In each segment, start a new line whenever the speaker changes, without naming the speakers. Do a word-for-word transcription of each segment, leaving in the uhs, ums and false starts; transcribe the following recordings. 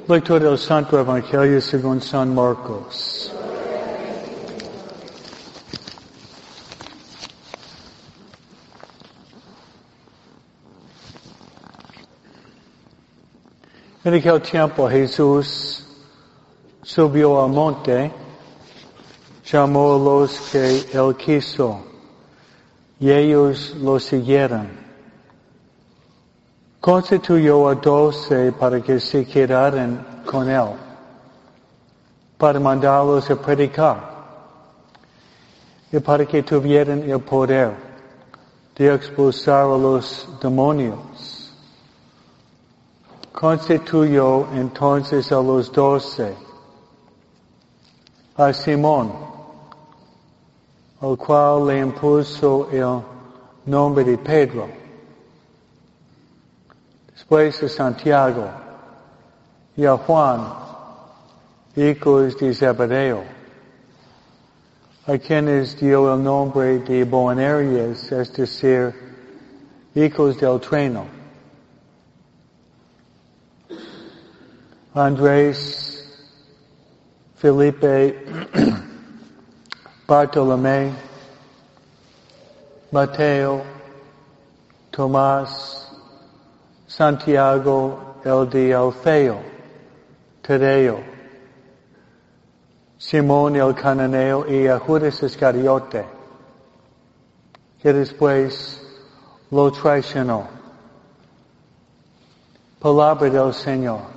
Lectura del Santo Evangelio según San Marcos. En aquel tiempo Jesús subió al monte, llamó a los que él quiso, y ellos lo siguieron. Constituyó a doce para que se quedaran con él, para mandarlos a predicar, y para que tuvieran el poder de expulsar a los demonios. Constituyó entonces a los doce, a Simón, al cual le impuso el nombre de Pedro, después a Santiago y a Juan, hijos de Zebedeo, a quienes dio el nombre de Boanerges, es decir, hijos del trueno. Andrés, Felipe, Bartolomé, Mateo, Tomás, Santiago, el de Alfeo, Tadeo, Simón el cananeo y a Judas Iscariote, que después lo traicionó. Palabra del Señor.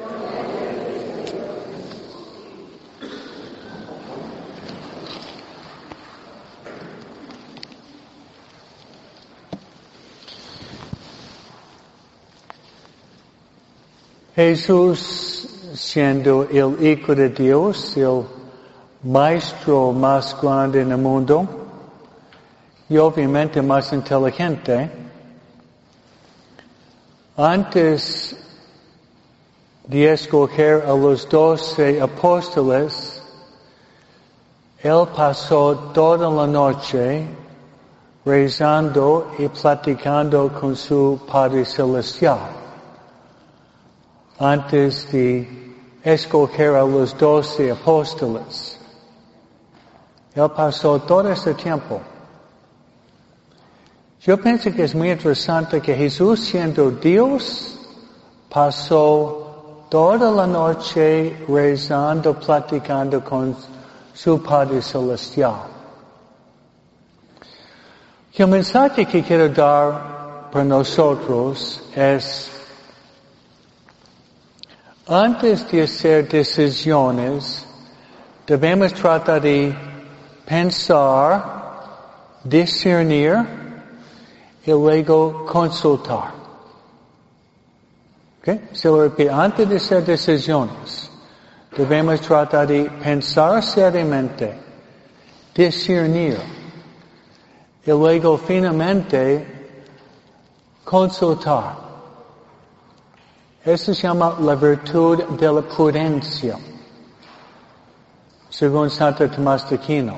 Jesús, siendo el Hijo de Dios, el Maestro más grande en el mundo, y obviamente más inteligente, antes de escoger a los doce apóstoles, Él pasó toda la noche rezando y platicando con su Padre Celestial, antes de escoger a los doce apóstoles. Él pasó todo ese tiempo. Yo pienso que es muy interesante que Jesús, siendo Dios, pasó toda la noche rezando, platicando con su Padre Celestial. Y el mensaje que quiero dar para nosotros es: antes de hacer decisiones, debemos tratar de pensar, discernir y luego consultar. ¿Okay? Se lo repito, antes de hacer decisiones, debemos tratar de pensar seriamente, discernir y luego finalmente consultar. Eso se llama la virtud de la prudencia, según Santo Tomás de Aquino.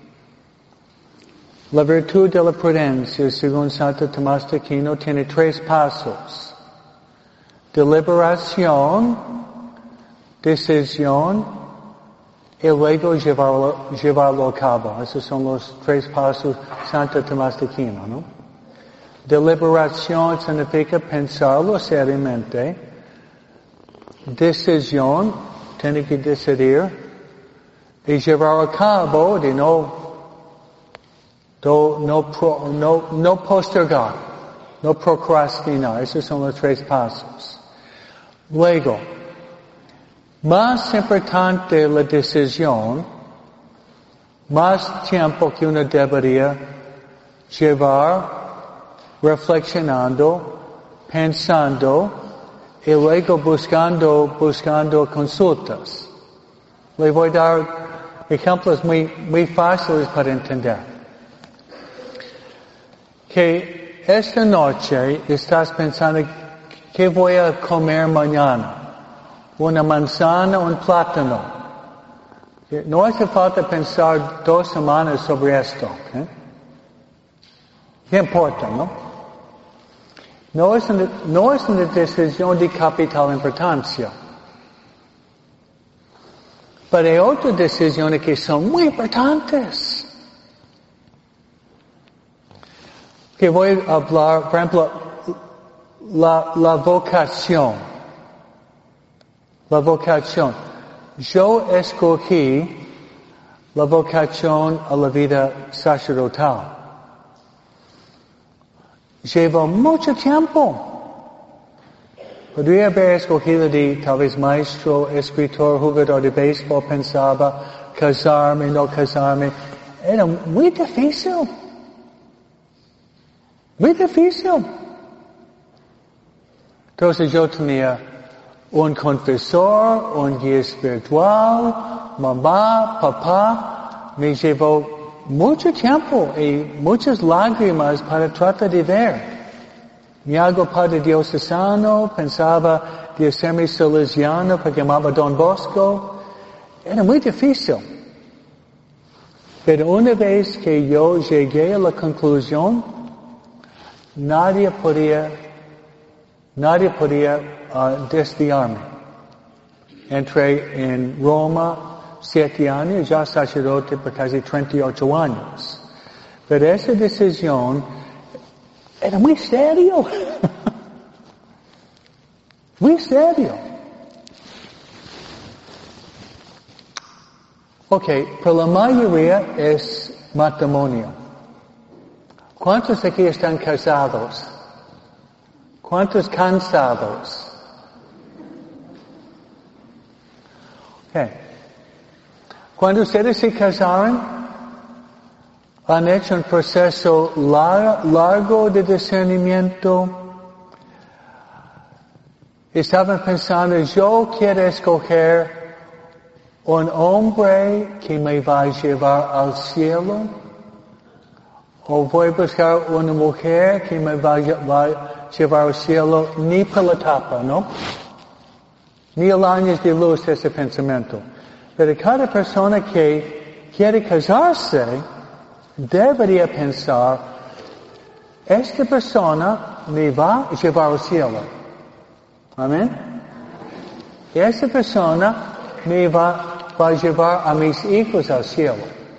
La virtud de la prudencia, según Santo Tomás de Aquino, tiene tres pasos: deliberación, decisión y luego llevarlo, llevarlo a cabo. Esos son los tres pasos de Santo Tomás de Aquino, ¿no? Deliberación significa pensarlo seriamente. Decisión, tiene que decidir, y llevar a cabo, de no, no, no, pro, no, no postergar, no procrastinar. Esos son los tres pasos. Luego, más importante la decisión, más tiempo que uno debería llevar reflexionando, pensando, y luego buscando, buscando consultas. Le voy a dar ejemplos muy, muy fáciles para entender. Que esta noche estás pensando, ¿qué voy a comer mañana? ¿Una manzana o un plátano? No hace falta pensar dos semanas sobre esto. ¿eh? ¿Qué importa, no? No es, una, no es una decisión de capital importancia. Pero hay otras decisiones que son muy importantes. Que voy a hablar, por ejemplo, la, la vocación. La vocación. Yo escogí la vocación a la vida sacerdotal. Llevo mucho tiempo. Podría haber escogido de tal vez maestro, escritor, jugador de béisbol, pensaba casarme, no casarme. Era muy difícil. Muy difícil. Entonces yo tenía un confesor, un guía espiritual, mamá, papá. Me llevó mucho tiempo y muchas lágrimas para tratar de ver. Me hago padre diocesano, pensaba de hacerme salesiano porque llamaba Don Bosco. Era muy difícil. Pero una vez que yo llegué a la conclusión, nadie podía, nadie podía uh, desviarme. Entré en Roma siete años, ya sacerdote por casi treinta y ocho años. Pero esa decisión era muy serio. Muy serio. Ok, pero la mayoría es matrimonio. ¿Cuántos aquí están casados? ¿Cuántos cansados? Ok. Cuando ustedes se casaron, han hecho un proceso lar- largo de discernimiento. Estaban pensando, yo quiero escoger un hombre que me va a llevar al cielo, o voy a buscar una mujer que me va a llevar al cielo ni por la tapa, ¿no? Mil años de luz ese pensamiento. Pero cada persona que quiere casarse debería pensar, esta persona me va a llevar al cielo. Amén. Esta persona me va, va a llevar a mis hijos al cielo.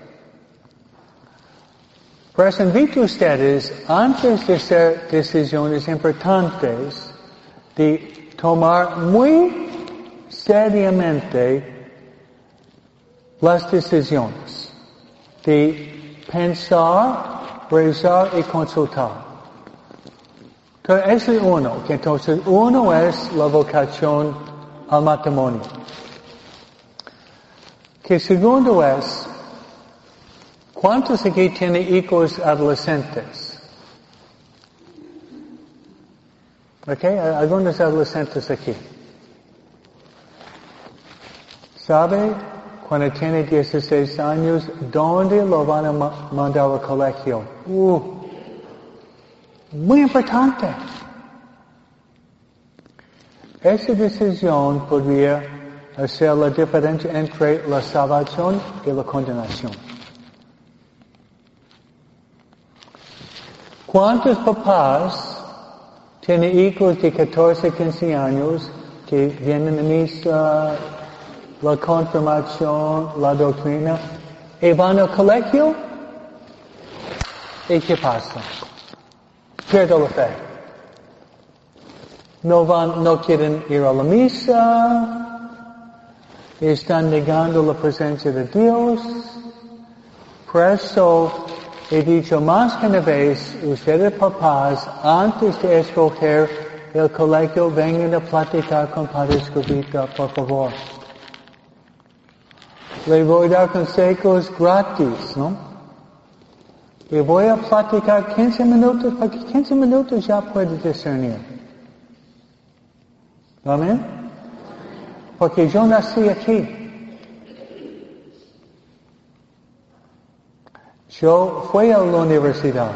Por eso invito a ustedes, antes de hacer decisiones importantes, de tomar muy seriamente las decisiones, de pensar, rezar y consultar. Entonces, ese es uno. Que entonces, uno es la vocación al matrimonio. Que segundo es, ¿cuántos aquí tienen hijos adolescentes? Ok, algunos adolescentes aquí. ¿Sabe? Cuando tiene dieciséis años, ¿dónde lo van a ma- mandar al colegio? Uh, muy importante. Esa decisión podría hacer la diferencia entre la salvación y la condenación. ¿Cuántos papás tienen hijos de catorce, quince años que vienen a misa, la confirmación, la doctrina, y van al colegio? ¿Y qué pasa? Pierden la fe. No van, no quieren ir a la misa, están negando la presencia de Dios. Por eso he dicho más que una vez, ustedes papás, antes de escoger el colegio, vengan a platicar con Padre Escobita, por favor. Le voy a dar consejos gratis, ¿no? Y voy a platicar quince minutos, porque quince minutos ya puede discernir. ¿Amén? Porque yo nací aquí. Yo fui a la universidad.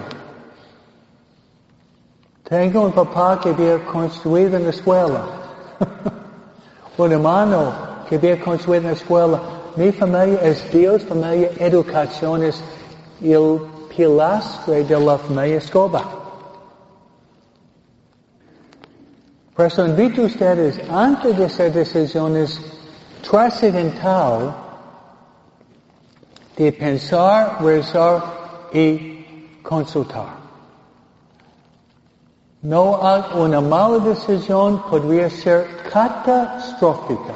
Tengo un papá que había construido una escuela. Un hermano que había construido una escuela. Mi familia es Dios, familia, educación es el pilastre de la familia Escobar. Por eso invito a ustedes, antes de hacer decisiones trascendental de pensar, rezar y consultar. No, una mala decisión podría ser catastrófica.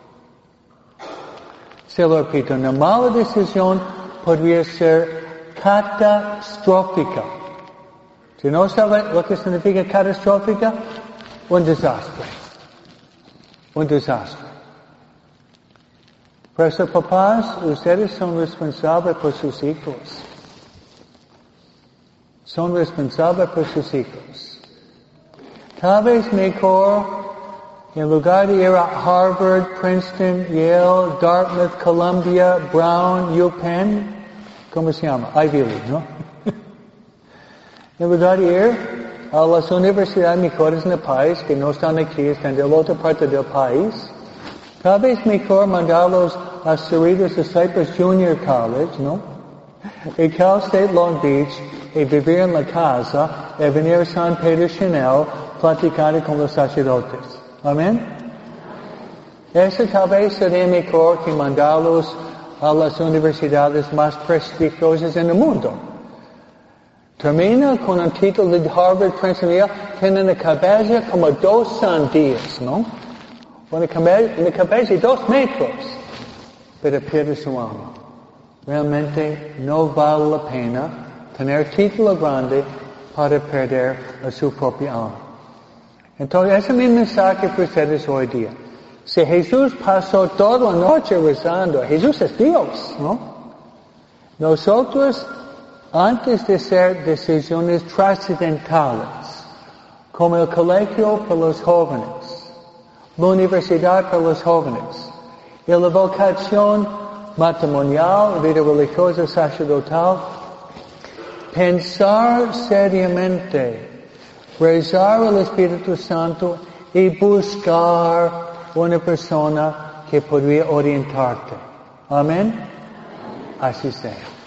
Se lo repito, una mala decisión podría ser catastrófica. Si no sabe lo que significa catastrófica, un desastre. Un desastre. Por eso, papás, ustedes son responsables por sus hijos. Son responsables por sus hijos. Tal vez mejor, en lugar de ir a Harvard, Princeton, Yale, Dartmouth, Columbia, Brown, UPenn, ¿cómo se llama? Ivy League, ¿no? En lugar de ir a las universidades mejores en el país, que no están aquí, están de la otra parte del país, tal vez mejor mandarlos a Cerritos de Cypress Junior College, ¿no? Y Cal State Long Beach, y vivir en la casa, y venir a San Pedro Chanel, platicando con los sacerdotes. Amén. Eso tal vez sería mejor que mandarlos a las universidades más prestigiosas en el mundo. Termina con un título de Harvard, Princeton, Yale, tienen en la cabeza como dos sandías, ¿no? Una cabeza, en la cabeza dos metros, pero pierde su alma. Realmente no vale la pena tener título grande para perder a su propia alma. Entonces, ese es mi mensaje para ustedes hoy día. Si Jesús pasó toda la noche rezando, Jesús es Dios, ¿no? Nosotros, antes de hacer decisiones trascendentales, como el colegio para los jóvenes, la universidad para los jóvenes, y la vocación matrimonial, vida religiosa, sacerdotal, pensar seriamente, rezar al Espíritu Santo y buscar una persona que podría orientarte. Amén. Así sea.